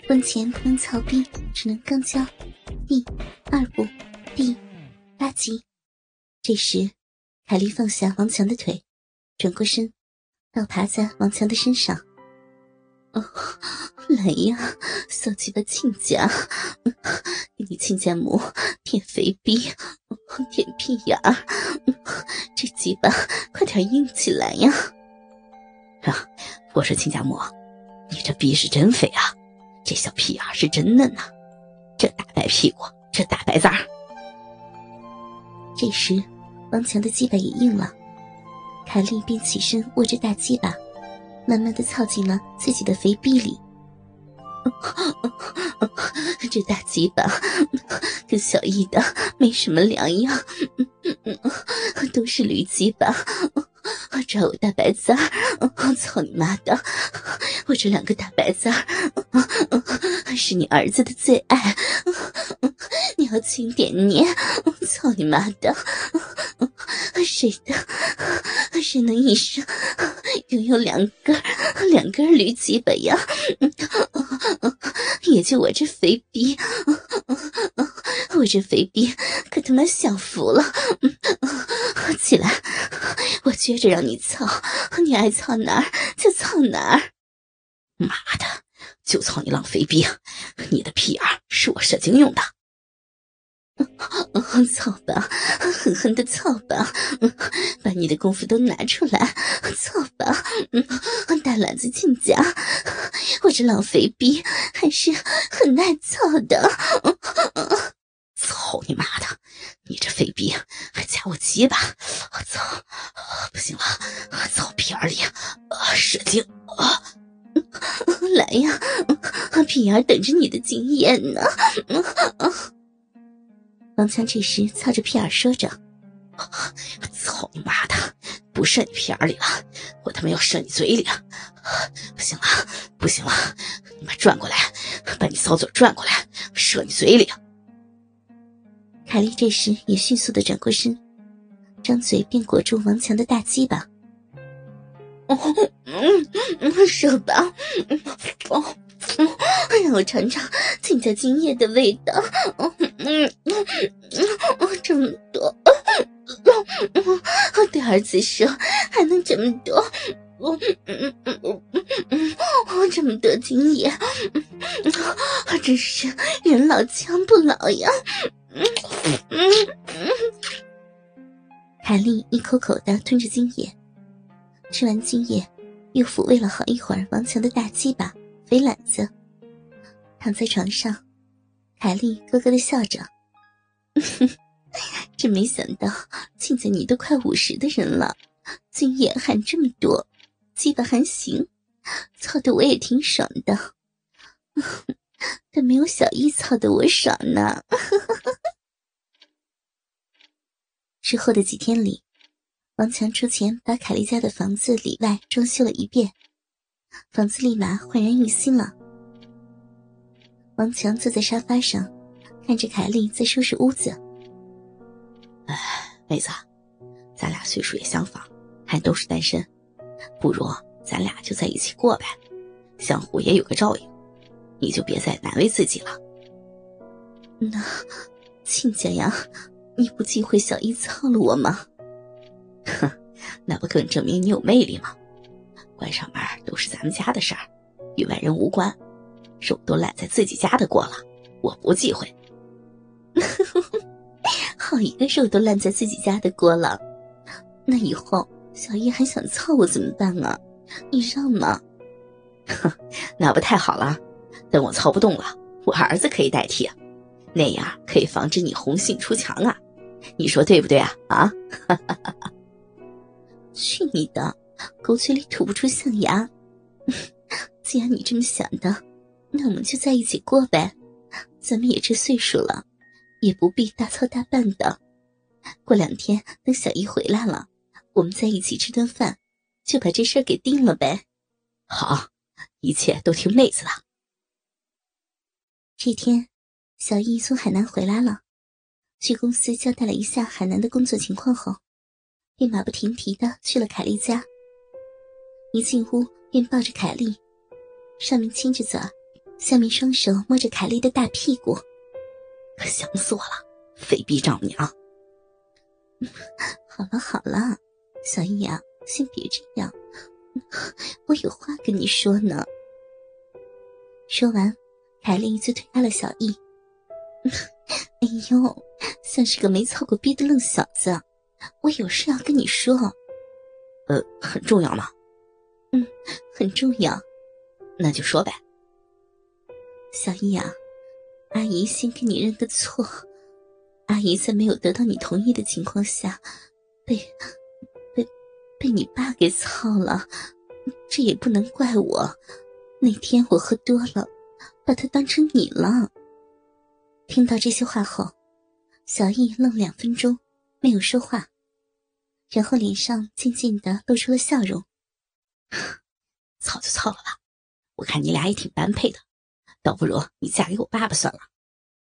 婚前不能操逼，只能肛交。第2部第8集。这时，凯莉放下王强的腿，转过身，倒爬在王强的身上。来呀，骚鸡巴亲家，给你亲家母舔肥逼，舔屁眼儿，这鸡巴快点硬起来呀！ 我说亲家母，你这逼是真肥啊，这小屁眼是真嫩啊，这大白屁股，这大白赞儿。 这时，王强的鸡巴也硬了，凯莉便起身握着大鸡巴，慢慢地操进了自己的肥逼里。这大鸡巴跟小易的没什么两样，都是驴鸡巴。抓我大白字儿，操你妈的！我这2个大白字儿是你儿子的最爱，你要轻点捏，操你妈的！谁能一生拥有2根驴鸡巴呀？也就我这肥逼，我这肥逼可他妈享福了！起来，我撅着让你操，你爱操哪儿就操哪儿。 妈的，就操你浪肥逼，你的屁眼是我射精用的。 操吧，狠狠的操吧，把你的功夫都拿出来，操吧，大懒子亲家，我这浪肥逼还是很耐操的。 操你妈的，你这肥逼还夹我鸡巴，操，不行了，操屁眼里射精。 来呀，屁眼等着你的经验呢。王强这时操着屁眼说着： 操你妈的，不射你屁眼里了，我他妈要射你嘴里了。不行了，不行了，你妈转过来，把你骚嘴转过来，射你嘴里。 凯莉这时也迅速地转过身，张嘴便裹住王强的大鸡巴。射吧，让我尝尝亲家精液的味道。这么多，对儿子射还能这么多，这么多精液，真是人老枪不老呀。凯莉一口口地吞着精液，吃完精液又抚慰了好一会儿王强的大鸡巴肥懒子，躺在床上，凯莉咯咯地笑着。真没想到亲家你都快50的人了，精液还这么多，鸡巴还行，操得我也挺爽的，但没有小姨操得我爽呢。之后的几天里，王强出钱把凯莉家的房子里外装修了一遍，房子立马焕然一新了。王强坐在沙发上，看着凯莉在收拾屋子。 妹子，咱俩岁数也相仿，还都是单身，不如咱俩就在一起过呗，相互也有个照应，你就别再难为自己了。 那亲家呀，你不忌讳小姨操了我吗？ 哼，那不更证明你有魅力吗？关上门都是咱们家的事儿，与外人无关，肉都烂在自己家的锅了，我不忌讳。 好一个肉都烂在自己家的锅了，那以后小姨还想操我怎么办啊？你让吗？ 哼，那不太好了，等我操不动了，我儿子可以代替啊，那样可以防止你红杏出墙啊，你说对不对啊？啊？ 去你的，狗嘴里吐不出象牙。既然你这么想的，那我们就在一起过呗，咱们也这岁数了，也不必大操大办的。过2天等小姨回来了，我们在一起吃顿饭，就把这事儿给定了呗。 好，一切都听妹子的。 这天，小姨从海南回来了，去公司交代了一下海南的工作情况后，便马不停蹄地去了凯莉家。一进屋便抱着凯莉，上面亲着嘴， 下面双手摸着凯莉的大屁股。 可想死我了，废逼丈母娘。 好了好了，小易啊，先别这样，我有话跟你说呢。说完，凯莉就推开了小易。哎呦，像是个没操过逼的愣小子，我有事要跟你说。 很重要吗？ 很重要。 那就说呗。 小易啊，阿姨先跟你认个错，阿姨在没有得到你同意的情况下，被你爸给操了，这也不能怪我。那天我喝多了，把他当成你了。听到这些话后，小易愣2分钟，没有说话，然后脸上渐渐地露出了笑容。 操就操了吧，我看你俩也挺般配的，倒不如你嫁给我爸爸算了。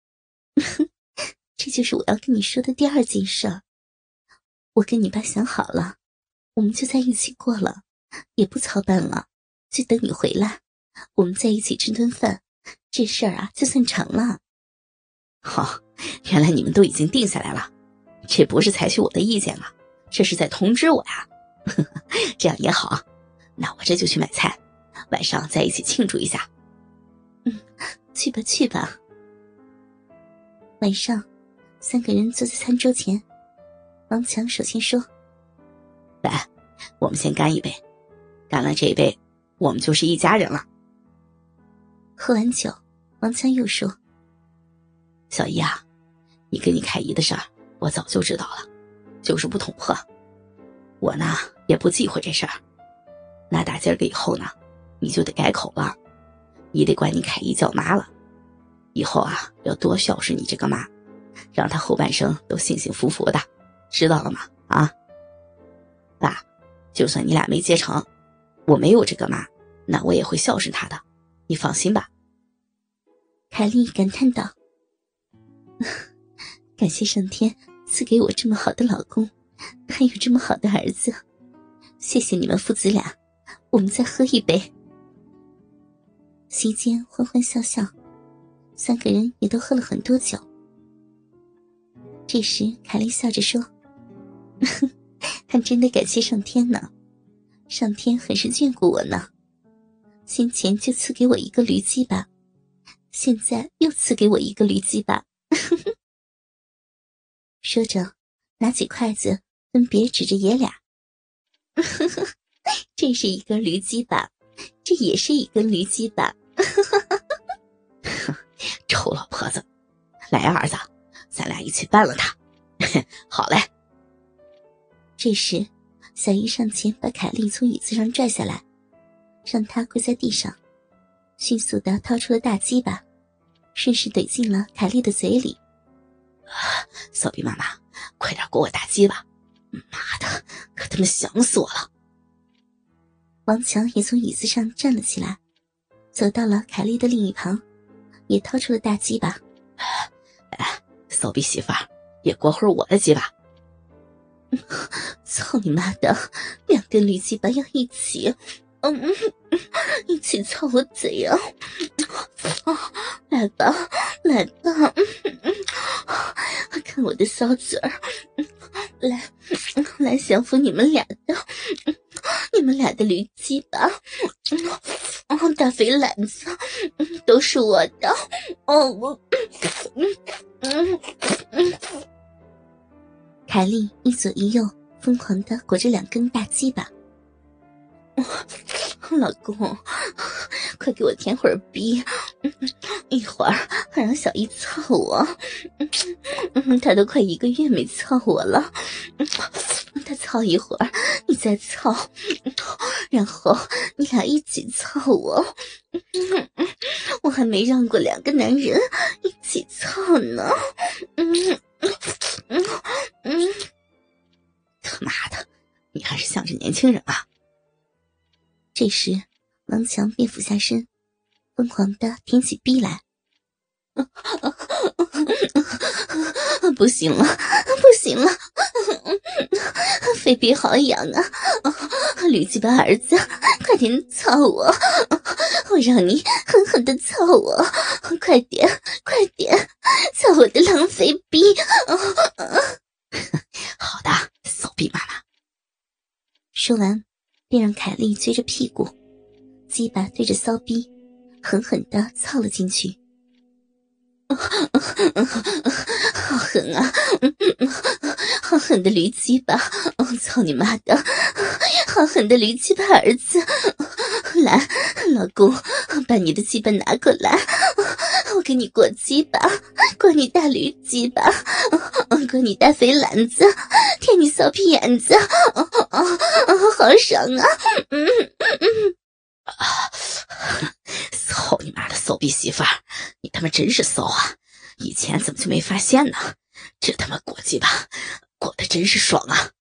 这就是我要跟你说的第2件事儿。我跟你爸想好了，我们就在一起过了，也不操办了，就等你回来，我们在一起吃顿饭，这事儿啊就算成了。 原来你们都已经定下来了，这不是采取我的意见了，这是在通知我呀。这样也好，那我这就去买菜，晚上在一起庆祝一下。 去吧去吧。晚上3个人坐在餐桌前，王强首先说： 来，我们先干一杯，干了这一杯，我们就是一家人了。 喝完酒，王强又说： 小姨啊，你跟你凯姨的事儿我早就知道了，就是不捅破。我呢也不忌讳这事儿，那打今儿个以后呢，你就得改口了，你得管你凯姨叫妈了。以后啊，要多孝顺你这个妈，让她后半生都幸幸福福的，知道了吗？啊，爸，就算你俩没结成，我没有这个妈，那我也会孝顺她的，你放心吧。 凯莉感叹道：感谢上天赐给我这么好的老公，还有这么好的儿子，谢谢你们父子俩，我们再喝一杯。席间欢欢笑笑，3个人也都喝了很多酒。这时凯莉笑着说：还真的感谢上天呢，上天很是眷顾我呢，先前就赐给我一个驴鸡巴，现在又赐给我一个驴鸡巴。说着拿起筷子分别指着爷俩。这是一根驴鸡巴，这也是一根驴鸡巴。 臭老婆子，来啊儿子，咱俩一起办了他。好嘞。 这时小姨上前把凯莉从椅子上拽下来，让她跪在地上，迅速地掏出了大鸡巴，顺势怼进了凯莉的嘴里。 骚逼妈妈，快点给我打鸡巴，妈的，可他妈想死我了。 王强也从椅子上站了起来，走到了凯莉的另一旁，也掏出了大鸡巴。 骚逼媳妇儿，也过会儿我的鸡巴。 操你妈的，2根驴鸡巴要一起，一起操我嘴啊！来吧，来吧，看我的骚嘴儿，来降服你们俩的，你们俩的驴鸡巴，大肥懒子，都是我的，凯莉一左一右疯狂地裹着2根大鸡巴。老公，快给我舔会儿逼，一会儿还让小姨操我。他都快1个月没操我了，他操一会儿，你再操，然后你俩一起操我。我还没让过2个男人一起操呢。 他妈的，你还是像是年轻人啊。 这时王强便俯下身，疯狂地舔起逼来。 不行了，不行了，非别好痒啊！驴鸡巴儿子，快点操我！我让你狠狠地操我！快点，快点，操我的浪费逼！ 好的，骚逼妈妈。 说完，便让凯莉撅着屁股，鸡巴对着骚逼，狠狠地操了进去。好狠啊！好狠的驴鸡巴！操你妈的！好狠的驴鸡巴儿子！来，老公，把你的鸡巴拿过来，我给你过鸡巴，过你大驴鸡巴，过你大肥篮子，舔你骚屁眼子，好爽啊！ 操你妈的骚逼媳妇儿，你他妈真是骚啊！以前怎么就没发现呢？这他妈过鸡巴，过得真是爽啊！